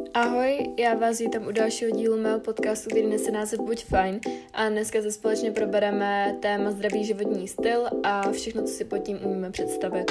Ahoj, já vás vítám u dalšího dílu mého podcastu, který nese název Buď fajn, a dneska se společně probereme téma zdravý životní styl a všechno, co si pod tím umíme představit.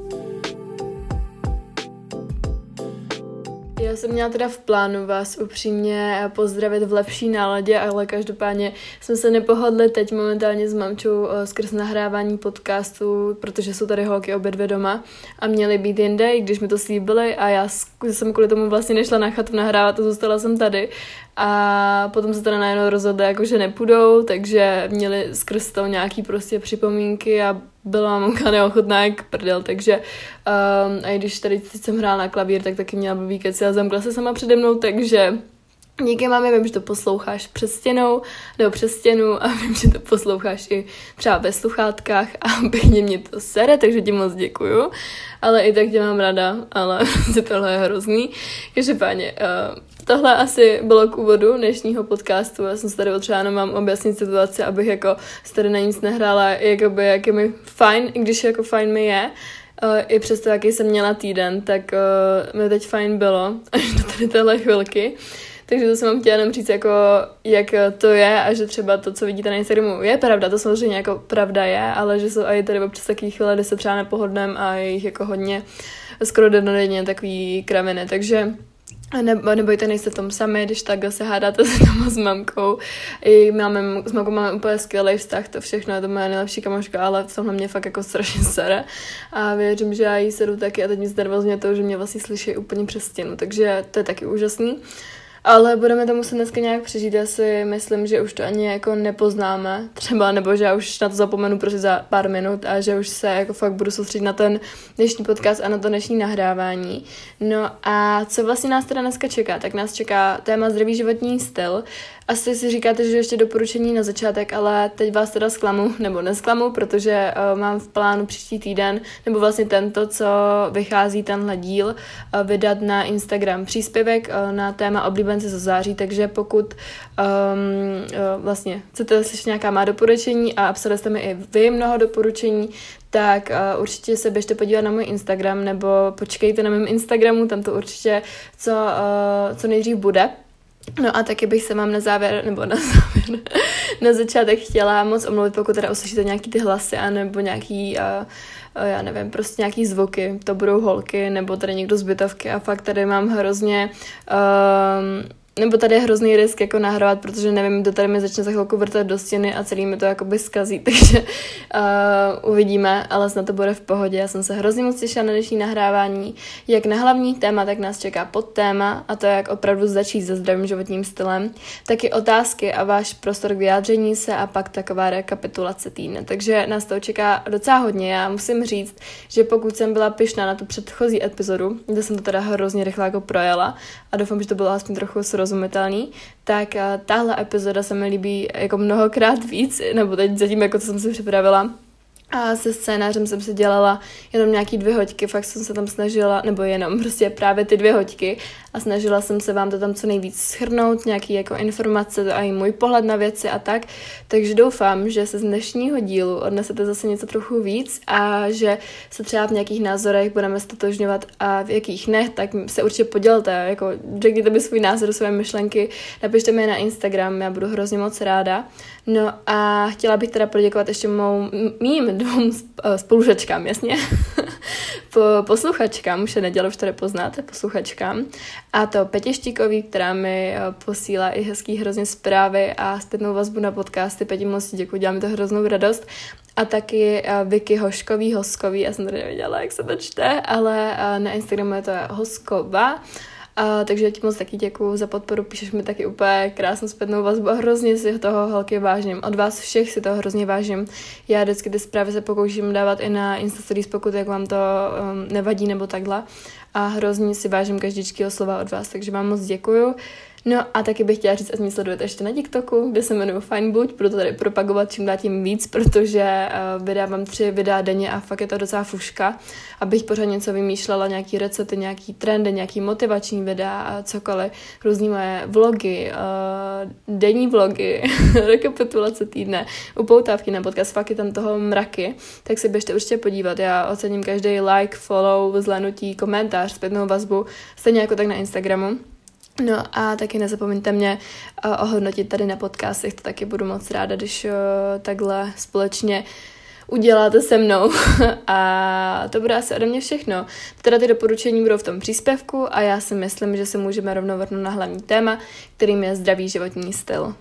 Já jsem měla teda v plánu vás upřímně pozdravit v lepší náladě, ale každopádně jsme se nepohodli teď momentálně s mamčou skrz nahrávání podcastu, protože jsou tady holky obě dvě doma a měly být jinde, i když mi to slíbily, a já jsem kvůli tomu vlastně nešla na chatu nahrávat a zůstala jsem tady. A potom se teda najednou rozhodli, jako, že nepůjdou, takže měli skrz to nějaký prostě připomínky a byla mamka neochotná jak prdel, takže a i když tady jsem hrála na klavír, tak taky měla blbý keci a zamkla se sama přede mnou, takže díky mámě, vím, že to posloucháš přes stěnu a vím, že to posloucháš i třeba ve sluchátkách a pěkně mě to sere, takže ti moc děkuju, ale i tak tě mám rada, ale tohle je hrozný. Každopádně tohle asi bylo k úvodu dnešního podcastu. Já jsem se tady potřebovala mám objasnit situaci, abych jako se tady na nic nehrála, jakoby, jak je mi fajn, i když jako fajn mi je. I přesto, jaký jsem měla týden, tak mi teď fajn bylo, až do tady téhle chvilky. Takže to jsem vám chtěla jenom říct, jako, jak to je a že třeba to, co vidíte na Instagramu, je pravda, to samozřejmě jako pravda je, ale že jsou i tady občas takový chvíle, kdy se třeba nepohodnem a je jich jako hodně, skoro dennodenně takový kraviny, takže nebojte, nejste v tom sami, když tak se hádáte se doma s mamkou. S mamkou máme úplně skvělý vztah, to všechno, je to moje nejlepší kamoška, ale v tomhle mě fakt jako strašně sere. A věřím, že já jí sedu taky a teď mě znervozňuje to, že mě vlastně slyší úplně přes stěnu, takže to je taky úžasný. Ale budeme to muset dneska nějak přežít, já si myslím, že už to ani jako nepoznáme, třeba, nebo že já už na to zapomenu prostě za pár minut a že už se jako fakt budu soustředit na ten dnešní podcast a na to dnešní nahrávání. No a co vlastně nás teda dneska čeká? Tak nás čeká téma zdravý životní styl. Asi si říkáte, že ještě doporučení na začátek, ale teď vás teda zklamu, nebo nesklamu, protože mám v plánu příští týden, nebo vlastně tento, co vychází tenhle díl, vydat na Instagram příspěvek na téma oblíbenci ze září, takže pokud vlastně chcete slyšet nějaká má doporučení a psali jste mi i vy mnoho doporučení, tak určitě se běžte podívat na můj Instagram, nebo počkejte na mém Instagramu, tam to určitě co nejdřív bude. No a taky bych se vám na začátek chtěla moc omluvit, pokud teda uslyšíte nějaký ty hlasy, anebo nějaký, já nevím, prostě nějaký zvuky, to budou holky, nebo tady někdo z bytovky a fakt tady mám hrozně, nebo tady je hrozný risk jako nahrávat, protože nevím, kdo tady mi začne za chvilku vrtat do stěny a celý mi to jakoby zkazí, takže uvidíme, ale snad to bude v pohodě. Já jsem se hrozně moc těšila na dnešní nahrávání, jak na hlavní téma, tak nás čeká podtéma, a to je jak opravdu začít se zdravým životním stylem, taky otázky a váš prostor k vyjádření se a pak taková rekapitulace týdne, takže nás to čeká docela hodně. Já musím říct, že pokud jsem byla pyšná na tu předchozí epizodu, kde jsem to teda hrozně rychle jako projela a doufám, že to bylo aspoň trochu srozumitelný, tak tahle epizoda se mi líbí jako mnohokrát víc, nebo teď zatím, jako to jsem si připravila. A se scénářem jsem si dělala jenom nějaký 2 hoďky, fakt jsem se tam snažila, nebo jenom prostě právě ty 2 hoďky a snažila jsem se vám to tam co nejvíc shrnout, nějaký jako informace a i můj pohled na věci a tak, takže doufám, že se z dnešního dílu odnesete zase něco trochu víc a že se třeba v nějakých názorech budeme stotožňovat a v jakých ne, tak se určitě podělte, jako řekněte mi svůj názor, své myšlenky, napište mi na Instagram, já budu hrozně moc ráda. No a chtěla bych teda poděkovat ještě mým 2 spolužačkám, jasně, posluchačkám, už je neděle, už to nepoznáte, posluchačkám, a to Petě Štíkový, která mi posílá i hezký hrozně zprávy a zpětnou vazbu na podcasty. Petě moc děkuji, dělá mi to hroznou radost. A taky Vicky Hoskový, já jsem tady nevěděla, jak se to čte, ale na Instagramu je to Hoskova. Takže ti moc taky děkuju za podporu, píšeš mi taky úplně krásnou zpětnou vazbu a hrozně si toho holky vážím. Od vás všech si toho hrozně vážím. Já vždycky ty zprávy se pokouším dávat i na Insta Stories, pokud jak vám to nevadí nebo takhle. A hrozně si vážím každýčkého slova od vás, takže vám moc děkuju. No a taky bych chtěla říct, ať mě sledujete ještě na TikToku, kde se jmenuji Fajn buď, budu to tady propagovat čím dál tím víc, protože vydávám 3 videa denně a fakt je to docela fuška, abych pořád něco vymýšlela, nějaký recepty, nějaký trendy, nějaký motivační videa a cokoliv, různý moje vlogy, denní vlogy, rekapitulace týdne, upoutávky na podcast, fakt je tam toho mraky, tak si běžte určitě podívat, já ocením každý like, follow, zhlédnutí, komentář, zpětnou vazbu, stejně jako tak na Instagramu. No a taky nezapomeňte mě ohodnotit tady na podcastech, to taky budu moc ráda, když takhle společně uděláte se mnou. A to bude asi ode mě všechno. Teda ty doporučení budou v tom příspěvku a já si myslím, že se můžeme rovnou vrhnout na hlavní téma, kterým je zdravý životní styl.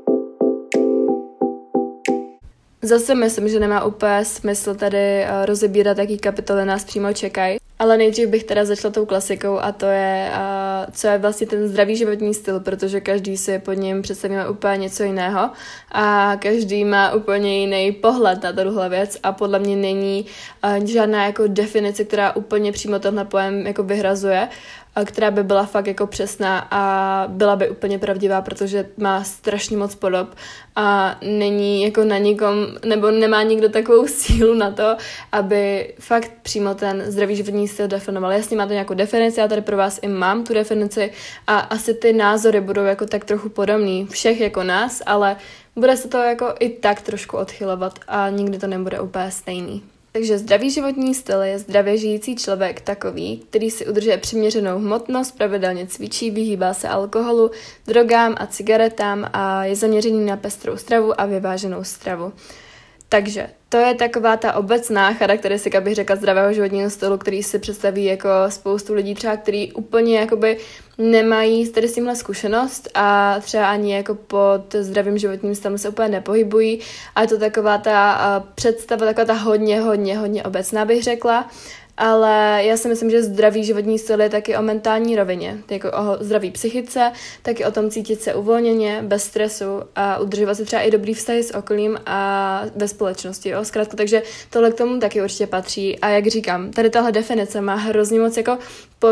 Zase myslím, že nemá úplně smysl tady rozebírat, jaký kapitoly nás přímo čekají. Ale nejdřív bych teda začala tou klasikou a to je, co je vlastně ten zdravý životní styl, protože každý si pod ním představíme úplně něco jiného a každý má úplně jiný pohled na tuhle věc a podle mě není žádná jako definice, která úplně přímo tenhle pojem jako vyhrazuje, která by byla fakt jako přesná a byla by úplně pravdivá, protože má strašně moc podob a není jako na nikom, nebo nemá nikdo takovou sílu na to, aby fakt přímo ten zdravý životní styl definoval. Jasně máte nějakou definici, já tady pro vás i mám tu definici a asi ty názory budou jako tak trochu podobný všech jako nás, ale bude se to jako i tak trošku odchylovat a nikdy to nebude úplně stejný. Takže zdravý životní styl je zdravě žijící člověk takový, který si udržuje přiměřenou hmotnost, pravidelně cvičí, vyhýbá se alkoholu, drogám a cigaretám a je zaměřený na pestrou stravu a vyváženou stravu. Takže to je taková ta obecná charakteristika, bych řekla, zdravého životního stylu, který si představí jako spoustu lidí třeba, který úplně jakoby nemají tady s tímhle zkušenost a třeba ani jako pod zdravým životním stylem se úplně nepohybují a je to taková ta představa, taková ta hodně obecná, bych řekla. Ale já si myslím, že zdravý životní styl je taky o mentální rovině, jako o zdraví psychice, taky o tom cítit se uvolněně, bez stresu a udržovat si třeba i dobrý vztahy s okolím a ve společnosti, jo, zkrátka, takže tohle k tomu taky určitě patří a jak říkám, tady tahle definice má hrozně moc jako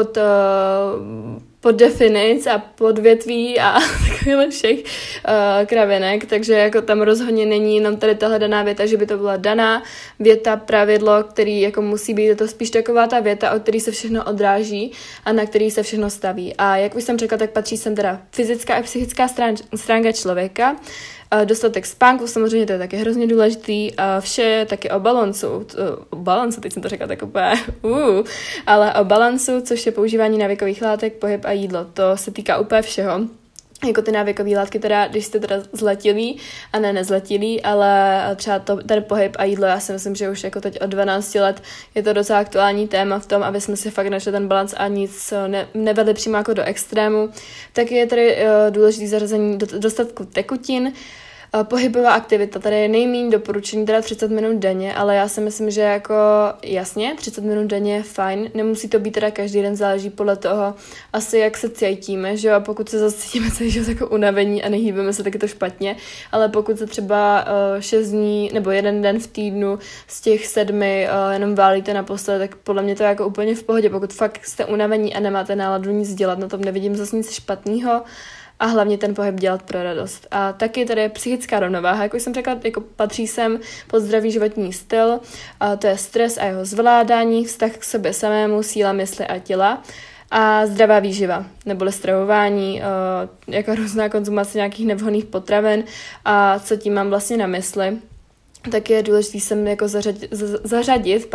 pod definic a podvětví a takovýhle všech kravinek, takže jako tam rozhodně není jenom tady tahle daná věta, že by to byla daná věta, pravidlo, který jako musí být, je to spíš taková ta věta, od který se všechno odráží a na který se všechno staví. A jak už jsem řekla, tak patří sem teda fyzická a psychická stránka člověka, dostatek spánku, samozřejmě to je taky hrozně důležitý, vše je taky o balancu, teď jsem to řekla tak úplně, ale o balancu, což je používání návykových látek, pohyb a jídlo, to se týká úplně všeho. Jako ty návykové látky, teda, když jste teda zletilí a ne nezletilí, ale třeba ten pohyb a jídlo, já si myslím, že už jako teď od 12 let je to docela aktuální téma v tom, aby jsme si fakt našli ten balans a nic nevedli přímo jako do extrému. Taky je tady důležitý zařazení dostatku tekutin. Pohybová aktivita, tady je nejméně doporučení teda 30 minut denně, ale já si myslím, že jako jasně, 30 minut denně je fajn, nemusí to být teda každý den, záleží podle toho asi jak se cítíme, že jo, a pokud se zase cítíme celý život jako unavení a nehýbeme se, tak je to špatně, ale pokud se třeba 6 dní nebo jeden den v týdnu z těch 7 jenom válíte na posteli, tak podle mě to je jako úplně v pohodě, pokud fakt jste unavení a nemáte náladu nic dělat, na tom nevidím zase nic špatného. A hlavně ten pohyb dělat pro radost. A taky tady je psychická rovnováha, jak už jsem řekla, jako patří sem pod zdravý životní styl, a to je stres a jeho zvládání, vztah k sobě samému, síla mysli a těla a zdravá výživa, neboli stravování, jako různá konzumace nějakých nevhodných potravin a co tím mám vlastně na mysli. Tak je důležité sem jako zařadit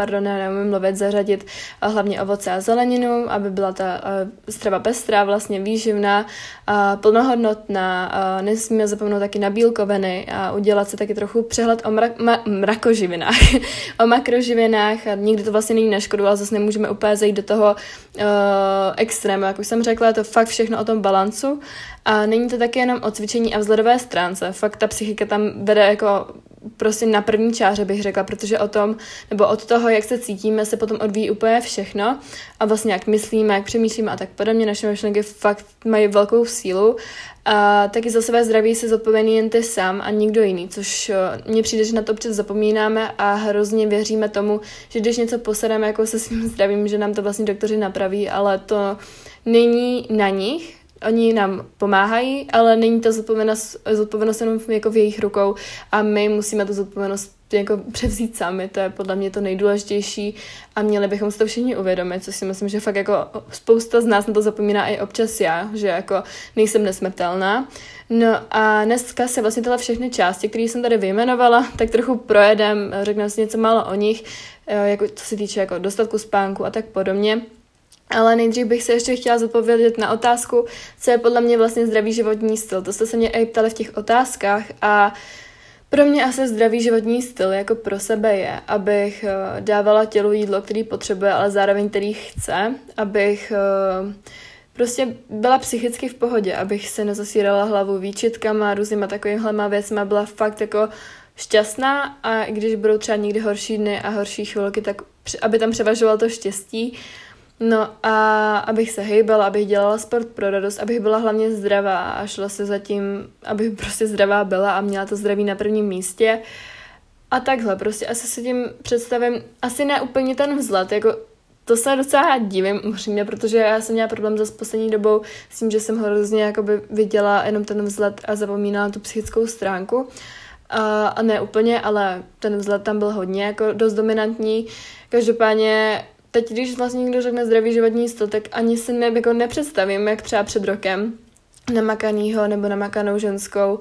hlavně ovoce a zeleninu, aby byla ta strava pestrá, vlastně výživná, plnohodnotná, nesmíme zapomenout taky na bílkoviny a udělat se taky trochu přehled o mrakoživinách, o makroživinách, nikdy to vlastně není na škodu, ale zase nemůžeme úplně zajít do toho extrému, jak už jsem řekla, je to fakt všechno o tom balancu a není to taky jenom o cvičení a vzhledové stránce, fakt ta psychika tam vede jako prostě na první čáře bych řekla, protože o tom, nebo od toho, jak se cítíme, se potom odvíjí úplně všechno a vlastně jak myslíme, jak přemýšlíme a tak podobně, naše myšlenky fakt mají velkou sílu a taky za své zdraví se zodpovědný jen ty sám a nikdo jiný, což mně přijde, že na to občas zapomínáme a hrozně věříme tomu, že když něco posademe jako se svým zdravím, že nám to vlastně doktoři napraví, ale to není na nich. Oni nám pomáhají, ale není to zodpovědnost jenom jako v jejich rukou a my musíme tu zodpovědnost jako převzít sami, to je podle mě to nejdůležitější a měli bychom si to všichni uvědomit, což si myslím, že fakt jako spousta z nás na to zapomíná i občas já, že jako nejsem nesmrtelná. No a dneska se vlastně tyhle všechny části, které jsem tady vyjmenovala, tak trochu projedem, řekneme si něco málo o nich, jako co se týče jako dostatku spánku a tak podobně. Ale nejdřív bych se ještě chtěla zodpovědět na otázku, co je podle mě vlastně zdravý životní styl. To jste se mě i ptali v těch otázkách a pro mě asi zdravý životní styl jako pro sebe je, abych dávala tělu jídlo, který potřebuje, ale zároveň který chce, abych prostě byla psychicky v pohodě, abych se nezasírala hlavu výčitkama, různýma takovýmhle věcma, byla fakt jako šťastná a i když budou třeba někdy horší dny a horší chvilky, tak aby tam převažovalo to štěstí. No a abych se hejbala, abych dělala sport pro radost, abych byla hlavně zdravá a šla se za tím, abych prostě zdravá byla a měla to zdraví na prvním místě. A takhle, prostě asi si tím představím, asi ne úplně ten vzhled, jako to se docela divím upřímně, protože já jsem měla problém za poslední dobou s tím, že jsem hrozně jakoby viděla jenom ten vzhled a zapomínala tu psychickou stránku. A ne úplně, ale ten vzhled tam byl hodně jako dost dominantní. Každopádně teď, když vlastně někdo řekne zdravý životní styl, tak ani si jako nepředstavím, jak třeba před rokem namakanýho nebo namakanou ženskou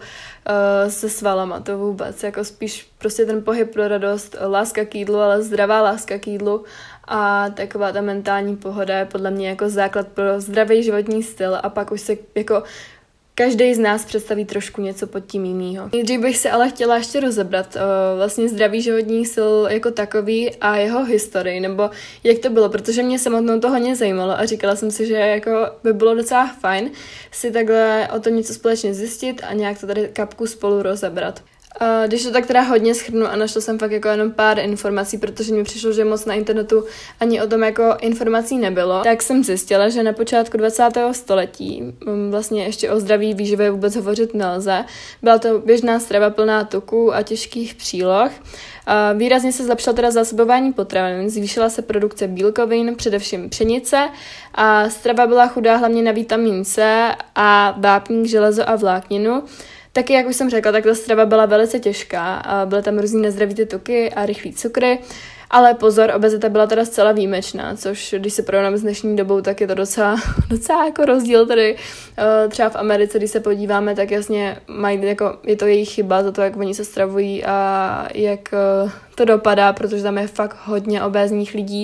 se svalama, to vůbec, jako spíš prostě ten pohyb pro radost, láska k jídlu, ale zdravá láska k jídlu a taková ta mentální pohoda je podle mě jako základ pro zdravý životní styl a pak už se jako každý z nás představí trošku něco pod tím jinýho. Nejdřív bych se ale chtěla ještě rozebrat vlastně zdravý životní styl jako takový a jeho historii, nebo jak to bylo, protože mě samotnou to hodně zajímalo a říkala jsem si, že jako by bylo docela fajn si takhle o tom něco společně zjistit a nějak to tady kapku spolu rozebrat. Když to tak teda hodně shrnu a našla jsem fakt jako jenom pár informací, protože mi přišlo, že moc na internetu ani o tom jako informací nebylo, tak jsem zjistila, že na počátku 20. století vlastně ještě o zdraví výživě vůbec hovořit nelze. Byla to běžná strava plná tuků a těžkých příloh. Výrazně se zlepšilo teda zásobování potravin, zvýšila se produkce bílkovin, především pšenice a strava byla chudá hlavně na vitamin C a vápník, železo a vlákninu. Taky, jak už jsem řekla, tak ta strava byla velice těžká a byly tam různý nezdravité tuky a rychlý cukry, ale pozor, obezita byla teda zcela výjimečná, což když se porovnáme s dnešní dobou, tak je to docela jako rozdíl tady třeba v Americe, když se podíváme, tak jasně mají, jako, je to jejich chyba za to, jak oni se stravují a jak to dopadá, protože tam je fakt hodně obézních lidí.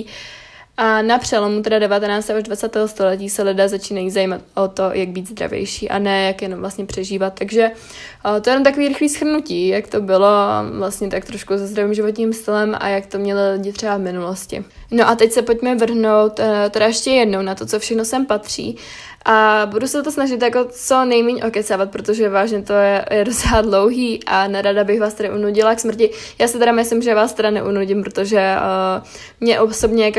A na přelomu teda 19. až 20. století se lidé začínají zajímat o to, jak být zdravější a ne jak jenom vlastně přežívat. Takže to je jenom takový rychlý shrnutí, jak to bylo vlastně tak trošku se zdravým životním stylem a jak to měli lidi třeba v minulosti. No a teď se pojďme vrhnout teda ještě jednou na to, co všechno sem patří. A budu se to snažit jako co nejméně okecávat, protože vážně to je docela dlouhý a nerada bych vás tady unudila k smrti. Já si teda myslím, že vás teda neunudím, protože mě osobně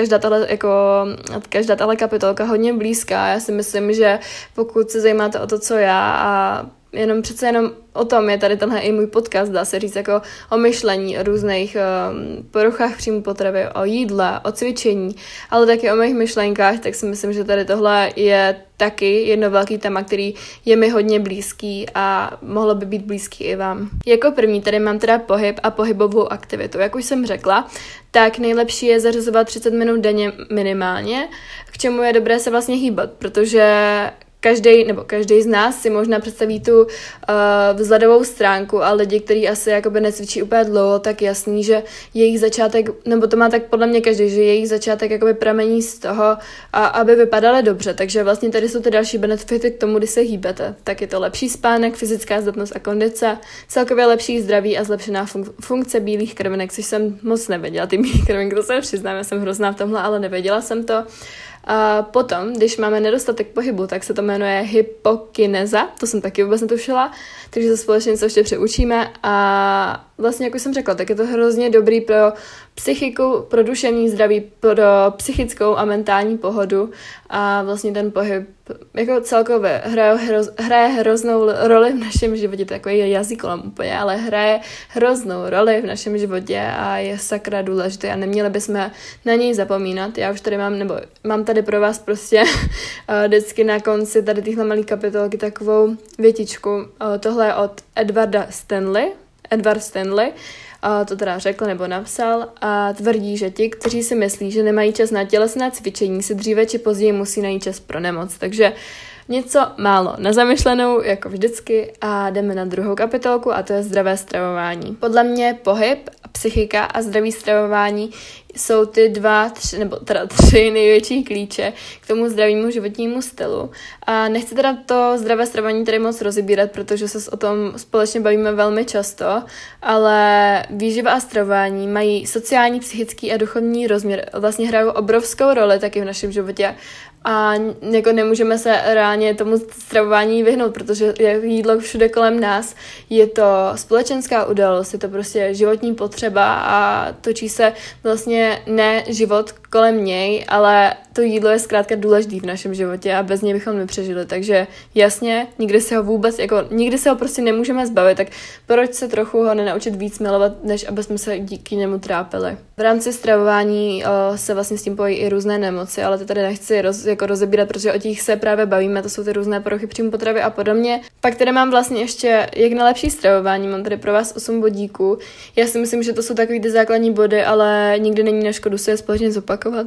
každá tahle kapitolka hodně blízká. Já si myslím, že pokud se zajímáte o to, co já a přece jenom o tom je tady tenhle i můj podcast, dá se říct jako o myšlení, o různých poruchách příjmu potravy, o jídle, o cvičení, ale taky o mých myšlenkách, tak si myslím, že tady tohle je taky jedno velký téma, který je mi hodně blízký a mohlo by být blízký i vám. Jako první tady mám teda pohyb a pohybovou aktivitu. Jak už jsem řekla, tak nejlepší je zařazovat 30 minut denně minimálně, k čemu je dobré se vlastně hýbat, protože každý z nás si možná představí tu vzhledovou stránku a lidi, kteří asi jakoby necvičí úplně dlouho, tak jasný, že jejich začátek, nebo to má tak podle mě každý, že jejich začátek jakoby pramení z toho, aby vypadaly dobře. Takže vlastně tady jsou ty další benefity k tomu, když se hýbete. Tak je to lepší spánek, fyzická zdatnost a kondice, celkově lepší zdraví a zlepšená funkce bílých krvinek, což jsem moc nevěděla. Ty bílé krvinky, to se přiznám, já jsem hrozná v tomhle, ale nevěděla jsem to. A potom, když máme nedostatek pohybu, tak se to jmenuje hypokineza, to jsem taky vůbec netušila, takže se společně něco ještě přeučíme a vlastně, jak už jsem řekla, tak je to hrozně dobrý pro psychiku, pro duševní zdraví, pro psychickou a mentální pohodu a vlastně ten pohyb jako celkově hraje hroznou roli v našem životě, takový jazykolem úplně, ale hraje hroznou roli v našem životě a je sakra důležitý a neměli bychom na něj zapomínat. Já už tady mám tady pro vás prostě vždycky na konci tady tyhle malé kapitolky takovou větičku. Tohle je od Edward Stanley, to teda řekl nebo napsal a tvrdí, že ti, kteří si myslí, že nemají čas na tělesné cvičení, si dříve či později musí najít čas pro nemoc. Takže něco málo na zamyšlenou, jako vždycky, a jdeme na druhou kapitolku a to je zdravé stravování. Podle mě pohyb, psychika a zdravý stravování jsou ty tři největší klíče k tomu zdravému životnímu stylu. A nechci teda to zdravé stravování tady moc rozebírat, protože se o tom společně bavíme velmi často, ale výživa a stravování mají sociální, psychický a duchovní rozměr. Vlastně hrajou obrovskou roli taky v našem životě. A jako nemůžeme se reálně tomu stravování vyhnout, protože je jídlo všude kolem nás. Je to společenská událost, je to prostě životní potřeba a točí se vlastně ne život kolem něj, ale to jídlo je zkrátka důležitý v našem životě a bez něj bychom nepřežili. Takže jasně, nikdy se ho prostě nemůžeme zbavit, tak proč se trochu ho nenaučit víc milovat, než aby jsme se díky němu trápili. V rámci stravování se vlastně s tím pojí i různé nemoci, ale to tady nechci rozebírat, protože o těch se právě bavíme, to jsou ty různé poruchy příjmu potravy a podobně. Pak tady mám vlastně ještě jak na lepší stravování, mám tady pro vás 8 bodíků. Já si myslím, že to jsou takový ty základní body, ale nikdy není na škodu se je společně zopakovat.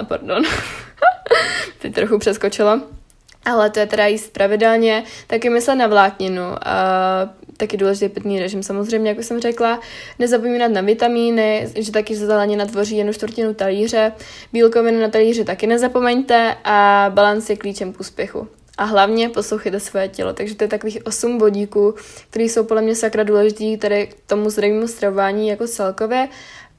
Teď trochu přeskočila. Ale to je teda jíst pravidelně, taky myslet na vlákninu a taky důležitý pitný režim samozřejmě, jak už jsem řekla. Nezapomínat na vitamíny, že taky zelenina tvoří 1/4 talíře. Bílkoviny na talíři taky nezapomeňte a balans je klíčem k úspěchu. A hlavně poslouchejte svoje tělo. Takže to je takových 8 bodíků, které jsou podle mě sakra důležitý tady k tomu zdravému stravování jako celkově.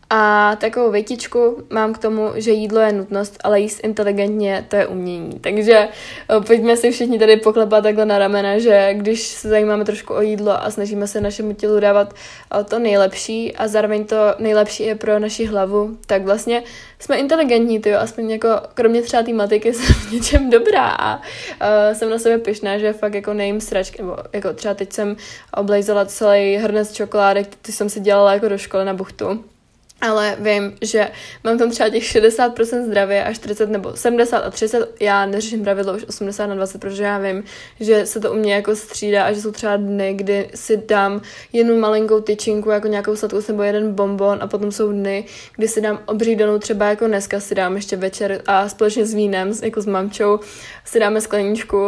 A takovou větičku mám k tomu, že jídlo je nutnost, ale jíst inteligentně, to je umění. Takže pojďme si všichni tady poklepat takhle na ramena, že když se zajímáme trošku o jídlo a snažíme se našemu tělu dávat to nejlepší a zároveň to nejlepší je pro naši hlavu, tak vlastně jsme inteligentní, aspoň jako kromě třeba té matiky jsem v něčem dobrá a jsem na sebe pyšná, že fakt jako nejím sračky, nebo jako třeba teď jsem oblejzala celý hrnec čokoládek, ty jsem si dělala jako do školy na buchtu. Ale vím, že mám tam třeba těch 60% zdraví a 40 nebo 70 a 30, já neřeším pravidlo už 80/20, protože já vím, že se to u mě jako střídá a že jsou třeba dny, kdy si dám jednu malinkou tyčinku, jako nějakou sladkost nebo jeden bonbon a potom jsou dny, kdy si dám obří donu, třeba jako dneska si dám ještě večer a společně s vínem, jako s mamčou, si dáme skleničku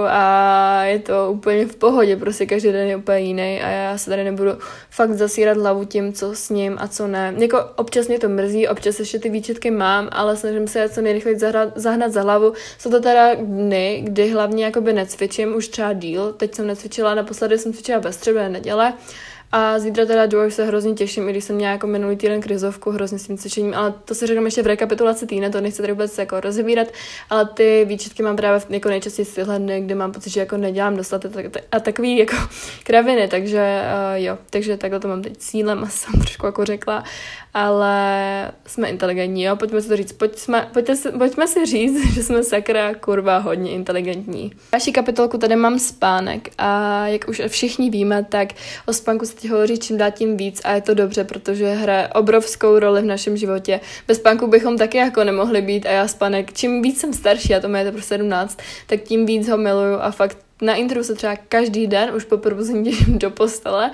a je to úplně v pohodě, prostě každý den je úplně jiný a já se tady nebudu fakt zasírat hlavu tím, co s ním a co ne. Jako občas mě to mrzí, občas ještě ty výčitky mám, ale snažím se co nejrychleji zahnat za hlavu. Jsou to teda dny, kdy hlavně jakoby necvičím, už třeba díl. Teď jsem necvičila, naposledy jsem cvičila ve středu neděle. A zítra teda už se hrozně těším, i když jsem měla jako minulý týden krizovku hrozně s tím cvičením, ale to si řeknu ještě v rekapitulaci týdne, to nechci tady vůbec jako rozebírat, ale ty výčitky mám právě jako nejčastěji z tyhle dny, kde mám pocit, že jako nedělám dostatek a takový jako kraviny, takže jo, takže takhle to mám teď cílem a jsem trošku jako řekla, ale jsme inteligentní, jo, pojďme si to říct, pojďme si říct, že jsme sakra kurva hodně inteligentní. V další kapitolku tady mám spánek a jak už všichni víme, tak o spánku se hovoří čím dál tím víc a je to dobře, protože hraje obrovskou roli v našem životě. Bez spánku bychom taky jako nemohli být a já spánek, čím víc jsem starší, a to je teprve 17, tak tím víc ho miluju a fakt na intru se třeba každý den už po probuzení těším do postele.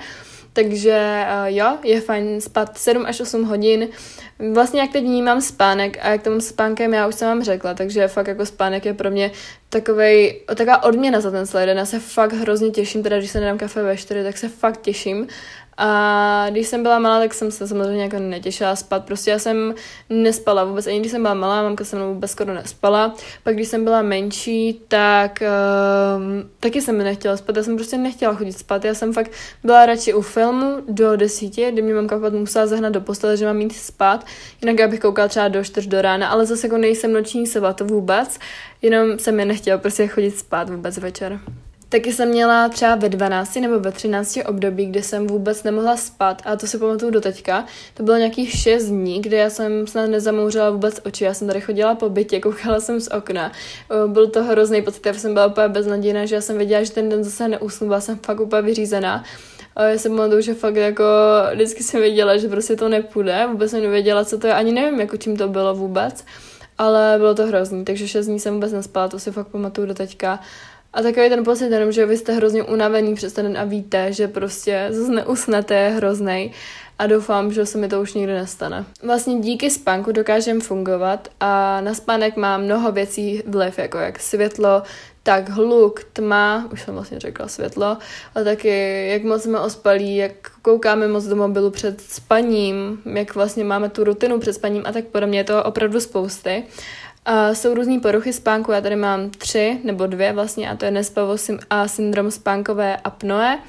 Takže jo, je fajn spát 7 až 8 hodin. Vlastně jak teď vnímám spánek a jak tomu spánkem já už jsem vám řekla, takže fakt jako spánek je pro mě taková odměna za ten celý den. Já se fakt hrozně těším, teda když se nedám kafe ve 4, tak se fakt těším. A když jsem byla malá, tak jsem se samozřejmě jako netěšila spát. Prostě já jsem nespala vůbec. Ani když jsem byla malá, mamka se mnou vůbec skoro nespala. Pak když jsem byla menší, tak taky jsem nechtěla spát. Já jsem prostě nechtěla chodit spát. Já jsem fakt byla radši u filmu do 10, kdy mě mamka musela zahnat do postele, že mám jít spát. Jinak já bych koukala třeba do 4 do rána, ale zase jako nejsem noční sova, to vůbec. Jenom jsem nechtěla prostě chodit spát vůbec večer. Taky jsem měla třeba ve 12 nebo ve 13 období, kdy jsem vůbec nemohla spát a to si pamatuju do teďka. To bylo nějakých 6 dní, kdy já jsem snad nezamouřila vůbec oči. Já jsem tady chodila po bytě, koukala jsem z okna. Byl to hrozný pocit, já jsem byla úplně beznadějná, že já jsem věděla, že ten den zase neusnu, byla jsem fakt úplně vyřízená. A já jsem pamatuju, že fakt jako vždycky jsem věděla, že prostě to nepůjde. Vůbec jsem nevěděla, co to je, ani nevím, jako čím to bylo vůbec. Ale bylo to hrozný, takže 6 dní jsem vůbec nespala, to si fakt pamatuju do teďka. A takový ten pocit jenom, že vy jste hrozně unavený přes ten den a víte, že prostě zase neusnete, je hroznej a doufám, že se mi to už nikdy nestane. Vlastně díky spánku dokážeme fungovat a na spánek má mnoho věcí vliv, jako jak světlo, tak hluk, tma, už jsem vlastně řekla světlo, a taky jak moc jsme ospalí, jak koukáme moc do mobilu před spaním, jak vlastně máme tu rutinu před spaním a tak podobně, je to opravdu spousty. Jsou různý poruchy spánku, já tady mám 3 nebo 2 vlastně, a to je nespavost a syndrom spánkové apnoe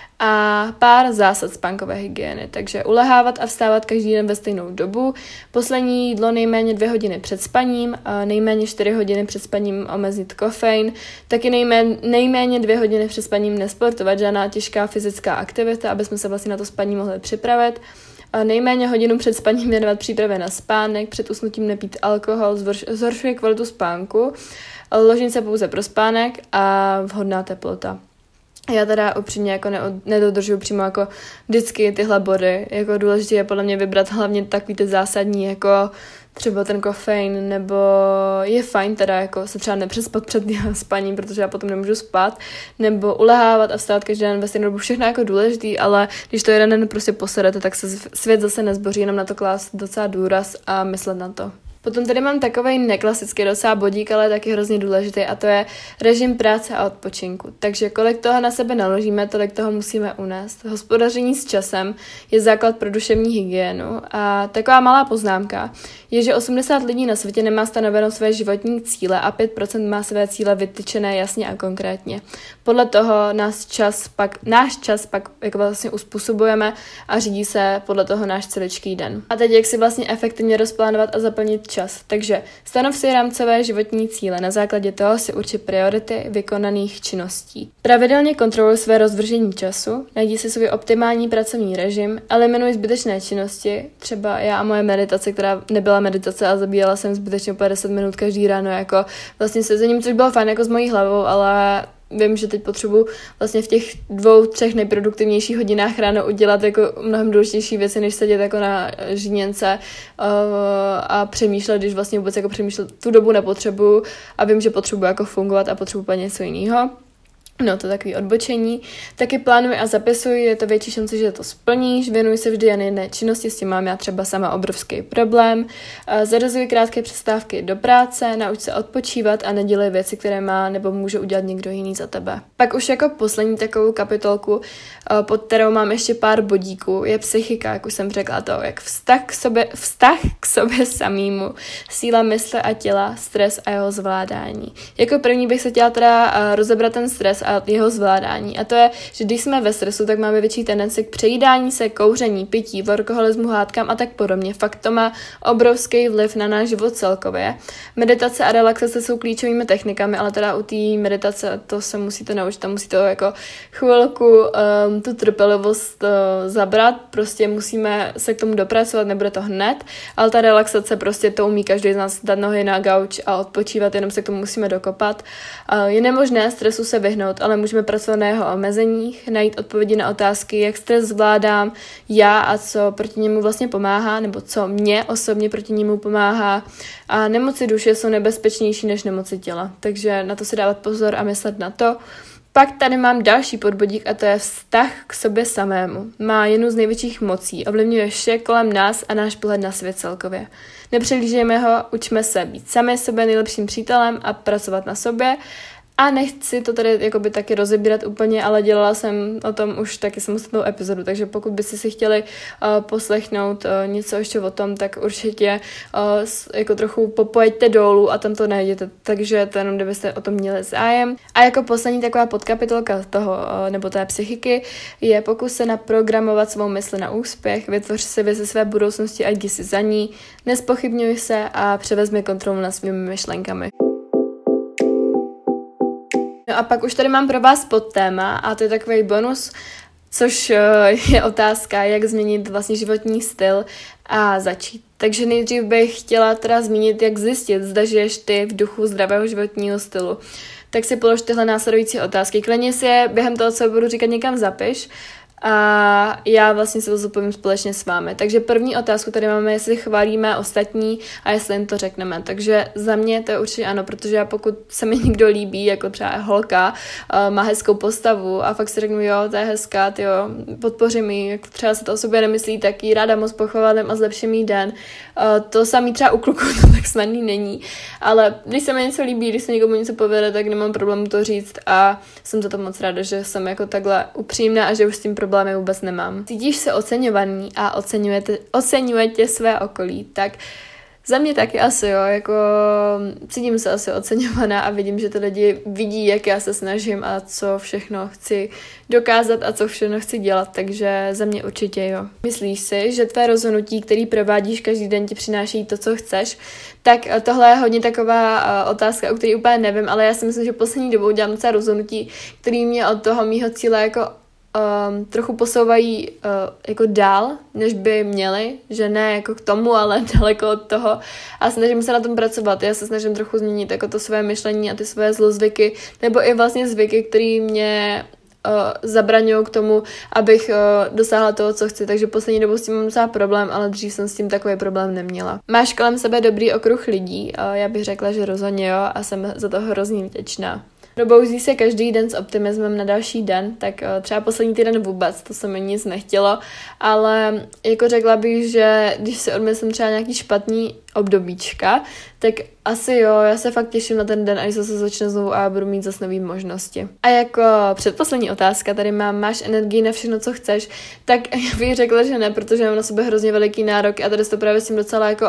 a pár zásad spánkové hygieny. Takže ulehávat a vstávat každý den ve stejnou dobu, poslední jídlo nejméně 2 hodiny před spaním, nejméně 4 hodiny před spaním omezit kofein, taky nejméně 2 hodiny před spaním nesportovat, žádná těžká fyzická aktivita, aby jsme se vlastně na to spaní mohli připravit. Nejméně hodinu před spaním věnovat přípravě na spánek, před usnutím nepít alkohol, zhoršuje kvalitu spánku, ložnice pouze pro spánek a vhodná teplota. Já teda upřímně jako nedodržuji přímo jako vždycky tyhle body. Jako důležité je podle mě vybrat hlavně takový ty zásadní, jako třeba ten kofein, nebo je fajn teda jako se třeba nepřespat před spaním, protože já potom nemůžu spát, nebo ulehávat a vstát každý den ve stejnou dobu, všechno jako důležitý, ale když to jeden den prostě poserete, tak se svět zase nezboří, jenom na to klást docela důraz a myslet na to. Potom tady mám takovej neklasický docela bodík, ale taky hrozně důležitý, a to je režim práce a odpočinku. Takže kolik toho na sebe naložíme, tolik toho musíme unést. Hospodaření s časem je základ pro duševní hygienu a taková malá poznámka je, že 80 lidí na světě nemá stanoveno své životní cíle a 5% má své cíle vytyčené jasně a konkrétně. Podle toho náš čas pak jako vlastně uspůsobujeme a řídí se podle toho náš celičký den. A teď jak si vlastně efektivně rozplánovat a zaplnit čas. Takže stanov si rámcové životní cíle, na základě toho si urči priority vykonaných činností. Pravidelně kontroluj své rozvržení času, najdi si svůj optimální pracovní režim, eliminuj zbytečné činnosti, třeba já a moje meditace, která nebyla meditace a zabíjela jsem zbytečně 50 minut každý ráno jako vlastně sezením, což bylo fajn jako s mojí hlavou, ale vím, že teď potřebuji vlastně v těch 2-3 nejproduktivnějších hodinách ráno udělat jako mnohem důležitější věci, než sedět jako na žíněnce a přemýšlet, když vlastně vůbec jako přemýšlet tu dobu nepotřebuju a vím, že potřebuji jako fungovat a potřebuji úplně něco jiného. No, to je takový odbočení. Taky plánuj a zapisuj, je to větší šance, že to splníš. Věnuj se vždy jen jedné činnosti, s tím mám já třeba sama obrovský problém. Zařazuj krátké přestávky do práce, nauč se odpočívat a nedělej věci, které má nebo může udělat někdo jiný za tebe. Pak už jako poslední takovou kapitolku, pod kterou mám ještě pár bodíků, je psychika, jak už jsem řekla, to, jak vztah k sobě samýmu, síla mysle a těla, stres a jeho zvládání. Jako první bych se chtěla teda rozebrat ten stres a jeho zvládání. A to je, že když jsme ve stresu, tak máme větší tendenci k přejídání se, kouření, pití, workoholismu, hádkám a tak podobně. Fakt to má obrovský vliv na náš život celkově. Meditace a relaxace jsou klíčovými technikami, ale teda u té meditace to se musíte naučit, tam musíte jako chvilku tu trpělivost zabrat, prostě musíme se k tomu dopracovat, nebude to hned, ale ta relaxace prostě to umí každý z nás dát nohy na gauč a odpočívat, jenom se k tomu musíme dokopat. Je nemožné stresu se vyhnout, ale můžeme pracovat na jeho omezeních, najít odpovědi na otázky, jak stres zvládám já a co proti němu vlastně pomáhá, nebo co mě osobně proti němu pomáhá. A nemoci duše jsou nebezpečnější než nemoci těla, takže na to si dávat pozor a myslet na to. Pak tady mám další podbodík a to je vztah k sobě samému. Má jednu z největších mocí, ovlivňuje vše kolem nás a náš pohled na svět celkově. Nepřelížejme ho, učme se být sami sobě nejlepším přítelem a pracovat na sobě. A nechci to tady jakoby taky rozebírat úplně, ale dělala jsem o tom už taky samostatnou epizodu, takže pokud byste si chtěli poslechnout něco ještě o tom, tak určitě jako trochu popojeďte dolů a tam to najděte, takže to jenom kdybyste o tom měli zájem. A jako poslední taková podkapitolka toho, nebo té psychiky, je pokus se naprogramovat svou mysl na úspěch, vytvoř si vizi své budoucnosti a jdi si za ní, nezpochybňuj se a převezmi kontrolu nad svými myšlenkami. No a pak už tady mám pro vás podtéma a to je takový bonus, což je otázka, jak změnit vlastně životní styl a začít. Takže nejdřív bych chtěla teda zmínit, jak zjistit, zda žiješ ty v duchu zdravého životního stylu. Tak si polož tyhle následující otázky. Klidně si je během toho, co budu říkat, někam zapiš a já vlastně se to zodpovím společně s vámi. Takže první otázku tady máme, jestli chválíme ostatní a jestli jim to řekneme. Takže za mě to je určitě ano, protože já pokud se mi někdo líbí, jako třeba holka, má hezkou postavu a fakt si řeknu, jo, to je hezká, tyjo, podpořím ji, jak třeba se to o sobě nemyslí, tak ji ráda moc pochválím a zlepším jí den. To samý třeba u kluků to tak snadný není, ale když se mi něco líbí, když se někomu něco povede, tak nemám problém to říct a jsem za to moc ráda, že jsem jako takhle upřímná a že už s tím problémy vůbec nemám. Cítíš se oceňovaný a oceňujete své okolí, tak za mě taky asi jo, jako cítím se asi oceňovaná a vidím, že ty lidi vidí, jak já se snažím a co všechno chci dokázat a co všechno chci dělat, takže za mě určitě jo. Myslíš si, že tvé rozhodnutí, který provádíš každý den, ti přináší to, co chceš? Tak tohle je hodně taková otázka, o které úplně nevím, ale já si myslím, že poslední dobou dělám docela rozhodnutí, který mě od toho mýho cíle jako trochu posouvají jako dál, než by měli, že ne jako k tomu, ale daleko od toho a snažím se na tom pracovat. Já se snažím trochu změnit jako to své myšlení a ty své zlozvyky, nebo i vlastně zvyky, které mě zabraňují k tomu, abych dosáhla toho, co chci. Takže poslední dobou s tím mám docela problém, ale dřív jsem s tím takový problém neměla. Máš kolem sebe dobrý okruh lidí? Já bych řekla, že rozhodně jo a jsem za to hrozně vděčná. Probouzí se každý den s optimismem na další den, tak třeba poslední týden vůbec, to se mi nic nechtělo, ale jako řekla bych, že když si odmyslím třeba nějaký špatný obdobíčka, tak asi jo, já se fakt těším na ten den, až zase začne znovu a budu mít zase nový možnosti. A jako předposlední otázka, tady máš energii na všechno, co chceš, tak já bych řekla, že ne, protože mám na sebe hrozně veliký nárok a tady to právě s tím docela jako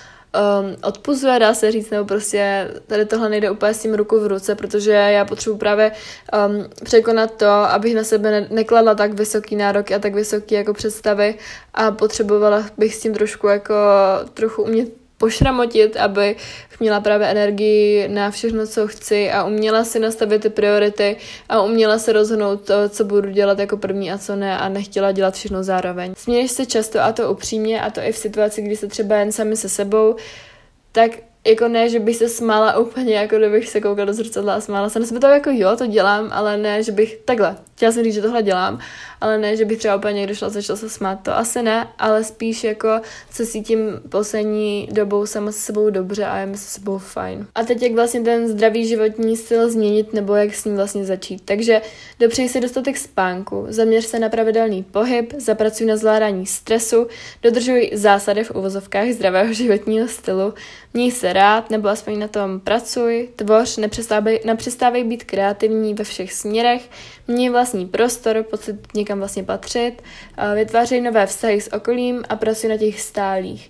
odpuzuje, dá se říct, nebo prostě tady tohle nejde úplně s tím ruku v ruce, protože já potřebuji právě překonat to, abych na sebe nekladla tak vysoký nároky a tak vysoký jako představy a potřebovala bych s tím trochu umět pošramotit, aby měla právě energii na všechno, co chci a uměla si nastavit ty priority a uměla se rozhodnout to, co budu dělat jako první a co ne a nechtěla dělat všechno zároveň. Směješ se často a to upřímně a to i v situaci, kdy se třeba jen sami se sebou, tak jako ne, že bych se smála úplně, jako kdybych se koukala do zrcadla a smála se na sebe, to jako jo, to dělám, ale ne, že bych takhle, chtěla jsem říct, že tohle dělám, ale ne, že bych třeba úplně někdo šla, začala se smát, to asi ne, ale spíš jako se cítím poslední dobou sama se sebou dobře a je mi se sebou fajn. A teď jak vlastně ten zdravý životní styl změnit nebo jak s ním vlastně začít. Takže dopřej si dostatek spánku, zaměř se na pravidelný pohyb, zapracuj na zvládání stresu, dodržuj zásady v uvozovkách zdravého životního stylu, měj se rád nebo aspoň na tom pracuj, tvoř, nepřestávej být kreativní ve všech směrech, měj vlastní prostor, pocit někam vlastně patřit, vytvářej nové vztahy s okolím a pracuj na těch stálých.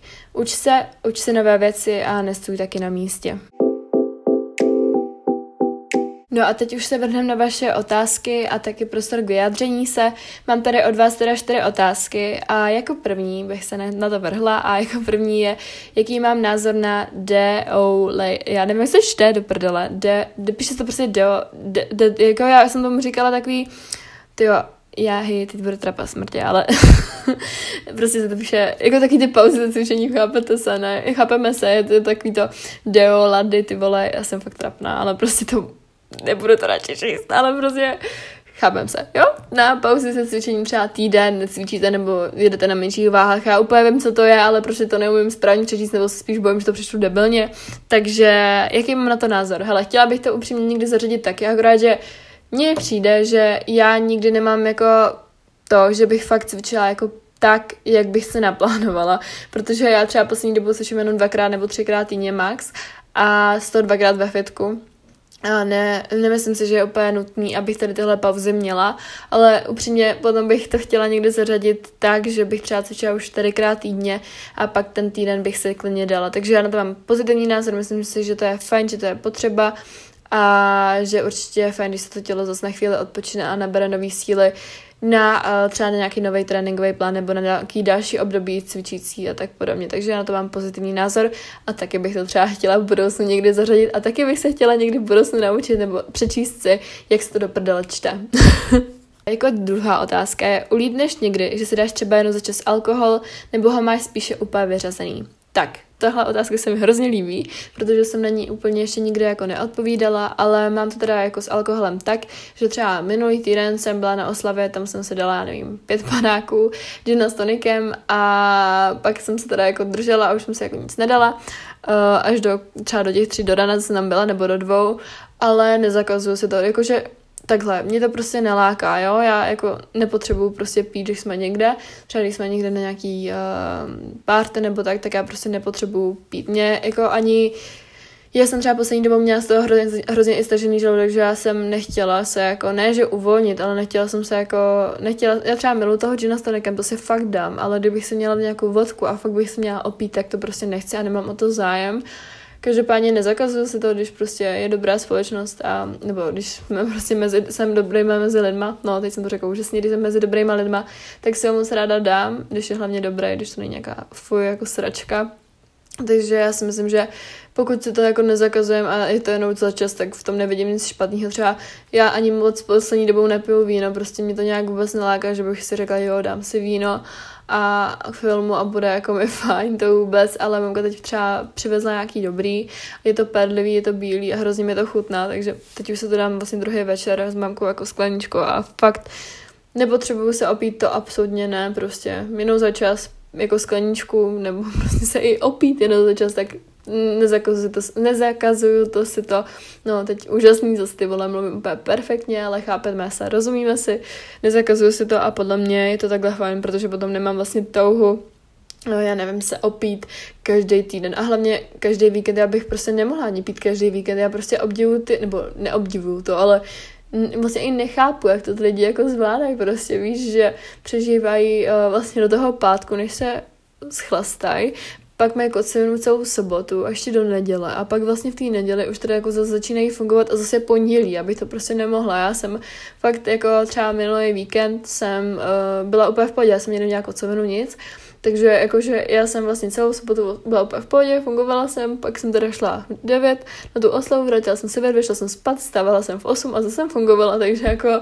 Uč se nové věci a nestůj taky na místě. No a teď už se vrhneme na vaše otázky a taky prostor k vyjádření se. Mám tady od vás teda 4 otázky a jako první bych se na to vrhla a jako první je, jaký mám názor na já nevím, jak se čte do prdele, píše to prostě jako já jsem tomu říkala takový, teď budu trapa smrtě, ale prostě se to píše, jako taky ty pauzy cvičení, chápete se, ne? Chápeme se, je to takový to lady, ty vole, já jsem fakt trapná, ale prostě to nebudu to radši číst, ale prostě chápem se, jo? Na pauzi se cvičením třeba týden necvičíte nebo jedete na menších váhách, já úplně vím, co to je, ale prostě to neumím správně přečíst, nebo se spíš bojím, že to přečtu debilně, takže jaký mám na to názor? Hele, chtěla bych to upřímně někdy zařadit taky, akorát, že mně přijde, že já nikdy nemám jako to, že bych fakt cvičila jako tak, jak bych se naplánovala, protože já třeba poslední dobu cvičím jenom 2x nebo 3x týdně max a 102x ve fitku. A nemyslím si, že je úplně nutný, abych tady tyhle pauzy měla, ale upřímně potom bych to chtěla někdy zařadit tak, že bych třeba cvičila už 4x týdně a pak ten týden bych se klidně dala. Takže já na to mám pozitivní názor, myslím si, že to je fajn, že to je potřeba a že určitě je fajn, když se to tělo zase na chvíli odpočine a nabere nový síly na třeba na nějaký nový tréninkový plán nebo na nějaký další období cvičící a tak podobně. Takže já na to mám pozitivní názor a taky bych to třeba chtěla v budoucnu někdy zařadit a taky bych se chtěla někdy v budoucnu naučit nebo přečíst si, jak se to do prdele čte. Jako druhá otázka je, ulídneš někdy, že si dáš třeba jenom za čas alkohol nebo ho máš spíše úplně vyřazený? Tak, tahle otázka se mi hrozně líbí, protože jsem na ní úplně ještě nikdy jako neodpovídala, ale mám to teda jako s alkoholem tak, že třeba minulý týden jsem byla na oslavě, tam jsem se dala, nevím, 5 panáků, gin s tonikem a pak jsem se teda jako držela a už jsem se jako nic nedala, až třeba do těch 3 do rána jsem tam byla, nebo do 2, ale nezakazuju si to, jakože takhle, mě to prostě neláká, jo, já jako nepotřebuju prostě pít, když jsme někde, třeba když jsme někde na nějaký party nebo tak já prostě nepotřebuju pít. Mě jako ani, já jsem třeba poslední dobou měla z toho hrozně i stažený žaludek, že já jsem nechtěla se jako, ne že uvolnit, ale nechtěla jsem se jako, já třeba miluji toho gina s tonikem, to si fakt dám, ale kdybych si měla nějakou vodku a fakt bych si měla opít, tak to prostě nechci a nemám o to zájem. Každopádně nezakazuju si to, když prostě je dobrá společnost a nebo když jsme prostě jsem dobrýma mezi lidma, no teď jsem to řekla úžasně, když jsem mezi dobrýma lidma, tak si ho moc ráda dám, když je hlavně dobré, když to není nějaká fuj jako sračka. Takže já si myslím, že pokud si to jako nezakazujeme a je to jenom za čas, tak v tom nevidím nic špatného. Třeba já ani moc poslední dobou nepiju víno, prostě mě to nějak vůbec neláká, že bych si řekla, jo, dám si víno a k filmu a bude jako mi fajn, to vůbec, ale mamka teď třeba přivezla nějaký dobrý, je to perlivý, je to bílý a hrozně mi to chutná, takže teď už se to dám vlastně druhý večer s mamkou jako skleničkou a fakt nepotřebuju se opít, to absolutně ne, prostě jenom za čas jako skleničku, nebo prostě se i opít jenom za čas, tak nezakazuju to si to, no teď úžasný, zase ty vole mluvím úplně perfektně, ale chápeme se, rozumíme si, nezakazuju si to a podle mě je to takhle fajn, protože potom nemám vlastně touhu, no já nevím, se opít každý týden a hlavně každý víkend, já bych prostě nemohla ani pít každý víkend, já prostě obdivuju nebo neobdivuju to, ale vlastně i nechápu, jak to lidi jako zvládají, prostě víš, že přežívají vlastně do toho pátku, než se schlastají, pak mají kocivinu celou sobotu a ještě do neděle a pak vlastně v té neděli už teda jako zase začínají fungovat a zase pondělí, abych to prostě nemohla. Já jsem fakt jako třeba minulý víkend jsem byla úplně v pohodě, já jsem měla nějakou kocivinu, nic, takže jakože já jsem vlastně celou sobotu byla úplně v pohodě, fungovala jsem, pak jsem teda šla v 9 na tu oslavu, vrátila jsem se ve 2, šla jsem spát, stávala jsem v 8 a zase jsem fungovala, takže jako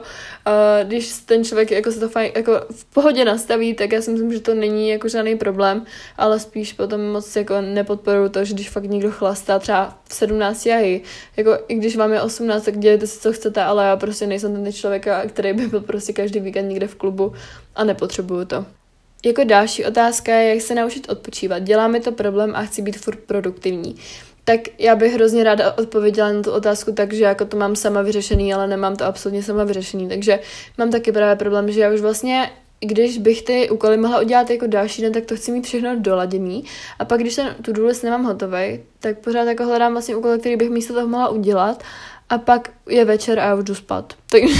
když ten člověk jako se to fajn, jako v pohodě nastaví, tak já si myslím, že to není jako žádný problém, ale spíš potom moc jako nepodporuju to, že když fakt někdo chlastá třeba v 17 jahy, jako i když vám je 18, tak dělejte si, co chcete, ale já prostě nejsem ten člověk, který by byl prostě každý víkend někde v klubu a nepotřebuju to. Jako další otázka je, jak se naučit odpočívat. Dělá mi to problém a chci být furt produktivní. Tak já bych hrozně ráda odpověděla na tu otázku tak, že jako to mám sama vyřešený, ale nemám to absolutně sama vyřešený. Takže mám taky právě problém, že já už vlastně, když bych ty úkoly mohla udělat jako další den, tak to chci mít všechno doladěný. A pak, když ten to-do list nemám hotovej, tak pořád jako hledám vlastně úkoly, který bych místo toho mohla udělat. A pak je večer a já už jdu spát. Takže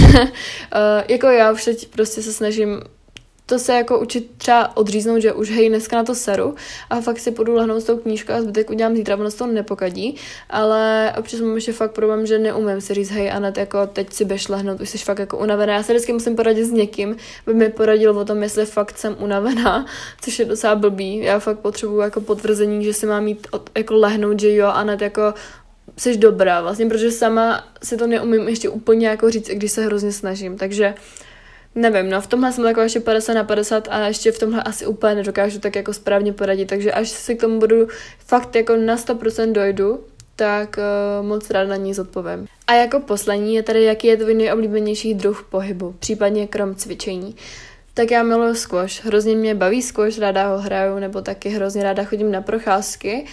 jako já už teď prostě se snažím to se jako učit třeba odříznout, že už hej, dneska na to seru a fakt si půjdu lehnout s tou knížkou a zbytek udělám zítra, ono se to nepokadí, ale občas mám ještě fakt problém, že neumím si říct, hej Anet, jako teď si běž lehnout, už jsi fakt jako unavená. Já se vždycky musím poradit s někým, aby mi poradil o tom, jestli fakt jsem unavená, což je docela blbý. Já fakt potřebuju jako potvrzení, že si mám jít jako lehnout, že jo, Anet, jako jsi dobrá, vlastně, protože sama si to neumím ještě úplně jako říct, i když se hrozně snažím, takže nevím, no v tomhle jsem taková ještě 50/50 a ještě v tomhle asi úplně nedokážu tak jako správně poradit, takže až si k tomu budu fakt jako na 100% dojdu, tak moc ráda na ní zodpovím. A jako poslední je tady, jaký je tvůj nejoblíbenější druh pohybu, případně krom cvičení. Tak já miluji squash, hrozně mě baví squash, ráda ho hraju, nebo taky hrozně ráda chodím na procházky.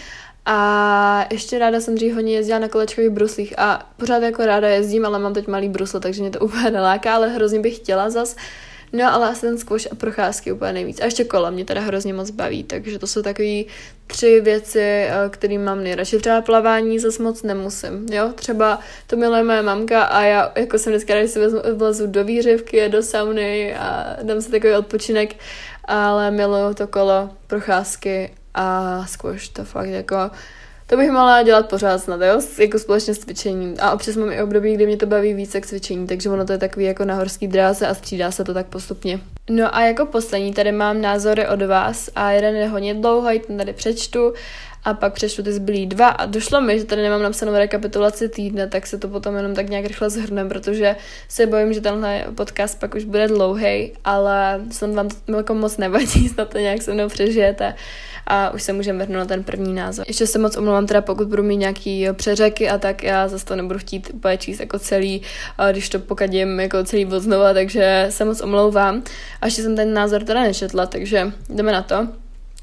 A ještě ráda jsem dřív hodně jezdila na kolečkových bruslích a pořád jako ráda jezdím, ale mám teď malý brusle, takže mě to úplně neláká, ale hrozně bych chtěla zas. No ale asi ten squash a procházky úplně nejvíc. A ještě kola mě teda hrozně moc baví, takže to jsou takový 3 věci, které mám nejradši. Třeba plavání zase moc nemusím, jo. Třeba to miluje moje mamka a já jako jsem vždycky ráda, že si vlezu do výřivky, do sauny a dám si takový odpočinek, ale miluju to kolo, procházky a squash, to fakt jako, to bych mohla dělat pořád snad, jo, jako společně s cvičením. A občas mám i období, kdy mě to baví více k cvičení, takže ono to je takový jako na horský dráze a střídá se to tak postupně. No a jako poslední tady mám názory od vás a jeden je hodně dlouhý, ten tady přečtu a pak přečtu ty zbylý 2 a došlo mi, že tady nemám napsanou rekapitulaci týdne, tak se to potom jenom tak nějak rychle shrnem, protože se bojím, že tenhle podcast pak už bude dlouhej, ale snad vám to jako moc nevadí, snad to nějak se mnou přežijete a už se můžeme vrhnout na ten první názor. Ještě se moc omlouvám teda, pokud budu mít nějaký přeřeky a tak já zase to nebudu chtít úplně číst jako celý, když to pokadím jako celý bod znova, takže se moc omlouvám. A ještě jsem ten názor teda nečetla, takže jdeme na to.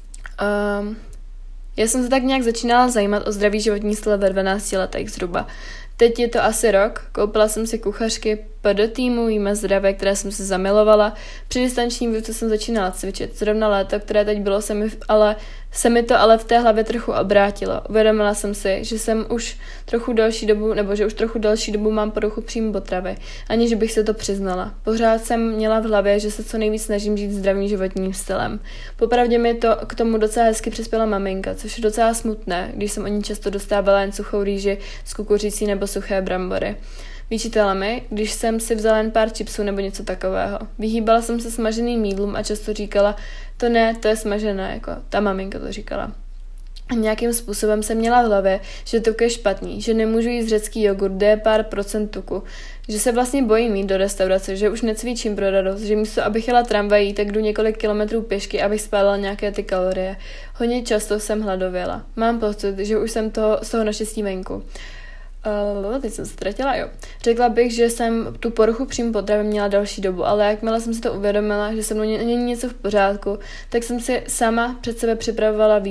Já jsem se tak nějak začínala zajímat o zdravý životní styl ve 12 letech zhruba. Teď je to asi rok, koupila jsem si kuchařky do týmu Jíme zdravě, které jsem si zamilovala. Při distanční výuce jsem začínala cvičit. Zrovna léto, které teď bylo, se mi to ale v té hlavě trochu obrátilo. Uvědomila jsem si, že jsem už trochu delší dobu mám poruchu příjmu potravy, aniž bych se to přiznala. Pořád jsem měla v hlavě, že se co nejvíc snažím žít zdravým životním stylem. Popravdě mi to k tomu docela hezky přispěla maminka, což je docela smutné, když jsem o ní často dostávala jen suchou rýži z kukuřicí nebo suché brambory. Vyčítala mi, když jsem si vzala jen pár chipsů nebo něco takového. Vyhýbala jsem se smaženým jídlům a často říkala, to ne, to je smažené, jako ta maminka to říkala. A nějakým způsobem jsem měla v hlavě, že tuk je špatný, že nemůžu jíst řecký jogurt, kde je pár procent tuku, že se vlastně bojím jít do restaurace, že už necvičím pro radost, že místo abych jela tramvají, tak jdu několik kilometrů pěšky, abych spálila nějaké ty kalorie. Hodně často jsem hladověla. Mám pocit, že už jsem z toho naštěstí venku. Teď jsem se ztratila, jo. Řekla bych, že jsem tu poruchu příjmu potravy měla další dobu, ale jakmile jsem si to uvědomila, že se mnou není něco v pořádku, tak jsem si sama pro sebe připravovala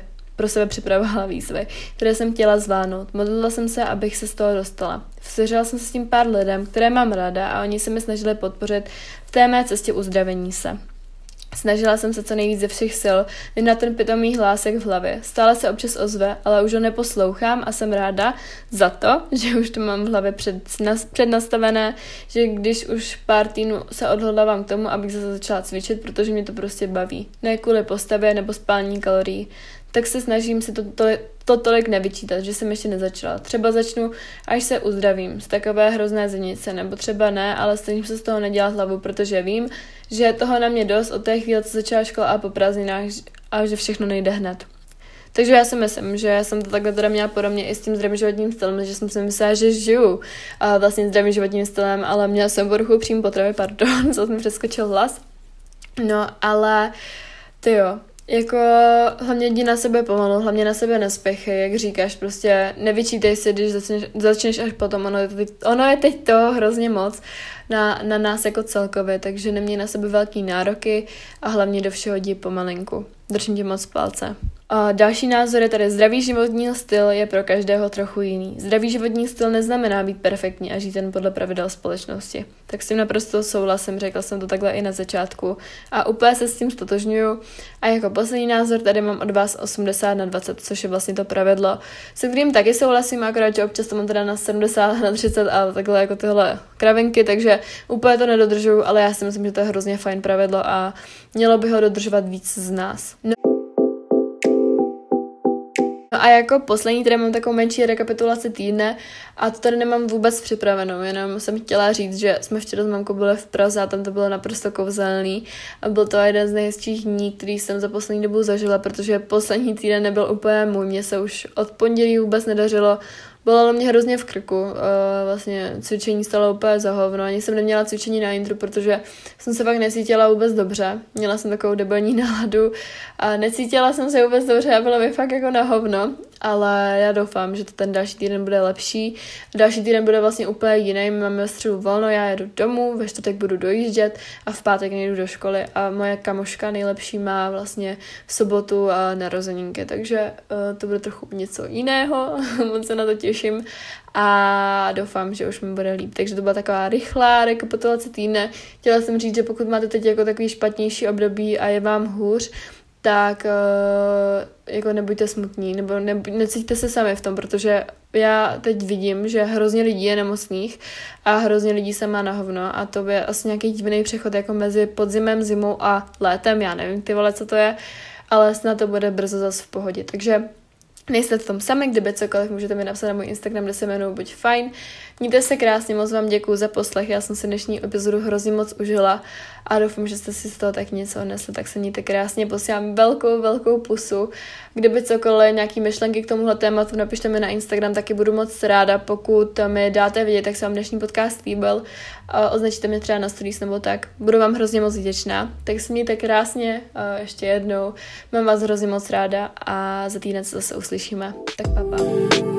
výzvy, které jsem chtěla zvládnout. Modlila jsem se, abych se z toho dostala. Svěřila jsem se s tím pár lidem, které mám ráda a oni se mi snažili podpořit v té mé cestě uzdravení se. Snažila jsem se co nejvíc ze všech sil, na ten pitomý hlásek v hlavě. Stále se občas ozve, ale už ho neposlouchám a jsem ráda za to, že už to mám v hlavě přednastavené, že když už pár týdnů se odhodlávám k tomu, abych zase začala cvičit, protože mě to prostě baví. Ne kvůli postavě nebo spálení kalorií. Tak se snažím si to tolik nevyčítat, že jsem ještě nezačala. Třeba začnu, až se uzdravím z takové hrozné zenice, nebo třeba ne, ale snažím se z toho nedělat hlavu, protože vím, že je toho na mě dost od té chvíle, co začala škola a po prázdninách a že všechno nejde hned. Takže já si myslím, že jsem to takhle teda měla podobně i s tím zdravým životním stylem, že jsem si myslela, že žiju vlastně zdravým životním stylem, ale měla jsem poruchu příjmu potravy, co mi přeskočil hlas. No, ale tyjo, jako hlavně jdi na sebe pomalu, hlavně na sebe nespěchej, jak říkáš, prostě nevyčítej si, když začneš až potom, ono je teď to hrozně moc na nás jako celkově, takže neměj na sebe velký nároky a hlavně do všeho jdi pomalinku. Držím tě moc palce. A další názor je tady, zdravý životní styl je pro každého trochu jiný. Zdravý životní styl neznamená být perfektní a žít jen podle pravidel společnosti. Tak s tím naprosto souhlasím, řekla jsem to takhle i na začátku a úplně se s tím stotožňuju. A jako poslední názor tady mám od vás 80/20, což je vlastně to pravidlo, se kterým taky souhlasím, akorát, že občas to mám teda na 70/30 a takhle jako tyhle kravinky, takže úplně to nedodržuju, ale já si myslím, že to je hrozně fajn pravidlo a mělo by ho dodržovat víc z nás. No a jako poslední tady mám takovou menší rekapitulaci týdne a to tady nemám vůbec připravenou, jenom jsem chtěla říct, že jsme včera s mamkou byli v Praze a tam to bylo naprosto kouzelný a byl to jeden z nejhezčích dní, který jsem za poslední dobu zažila, protože poslední týden nebyl úplně můj, mně se už od pondělí vůbec nedařilo. Bolelo mě hrozně v krku, vlastně cvičení stalo úplně za hovno, ani jsem neměla cvičení na intru, protože jsem se fakt necítila vůbec dobře, měla jsem takovou debilní náladu a necítila jsem se vůbec dobře a bylo mi fakt jako na hovno, ale já doufám, že to ten další týden bude lepší. Další týden bude vlastně úplně jiný, my máme ve středu volno, já jedu domů, ve čtvrtek budu dojíždět a v pátek nejdu do školy a moje kamoška nejlepší má vlastně v sobotu a narozeninky, takže to bude trochu něco jiného, moc se na to těším a doufám, že už mi bude líp. Takže to byla taková rychlá rekapitulace týdne. Chtěla jsem říct, že pokud máte teď jako takový špatnější období a je vám hůř, tak jako nebuďte smutní, nebo necítíte se sami v tom, protože já teď vidím, že hrozně lidí je nemocných a hrozně lidí se má na hovno a to je asi nějaký divný přechod jako mezi podzimem, zimou a létem, já nevím ty vole, co to je, ale snad to bude brzo zase v pohodě. Takže Nejste v tom sami, kdyby cokoliv, můžete mi napsat na můj Instagram, kde se jmenuji Buď fajn. Mějte se krásně, moc vám děkuju za poslech, já jsem si dnešní epizodu hrozně moc užila a doufám, že jste si z toho tak něco odnesli, tak se mějte krásně, posílám velkou pusu. Kdyby cokoliv, nějaký myšlenky k tomuhle tématu, napište mi na Instagram, taky budu moc ráda, pokud mi dáte vědět, jak se vám dnešní podcast líbil, označíte mě třeba na stories nebo tak, budu vám hrozně moc vděčná, tak se mějte krásně, ještě jednou, mám vás hrozně moc ráda a za týden se zase uslyšíme, tak pa.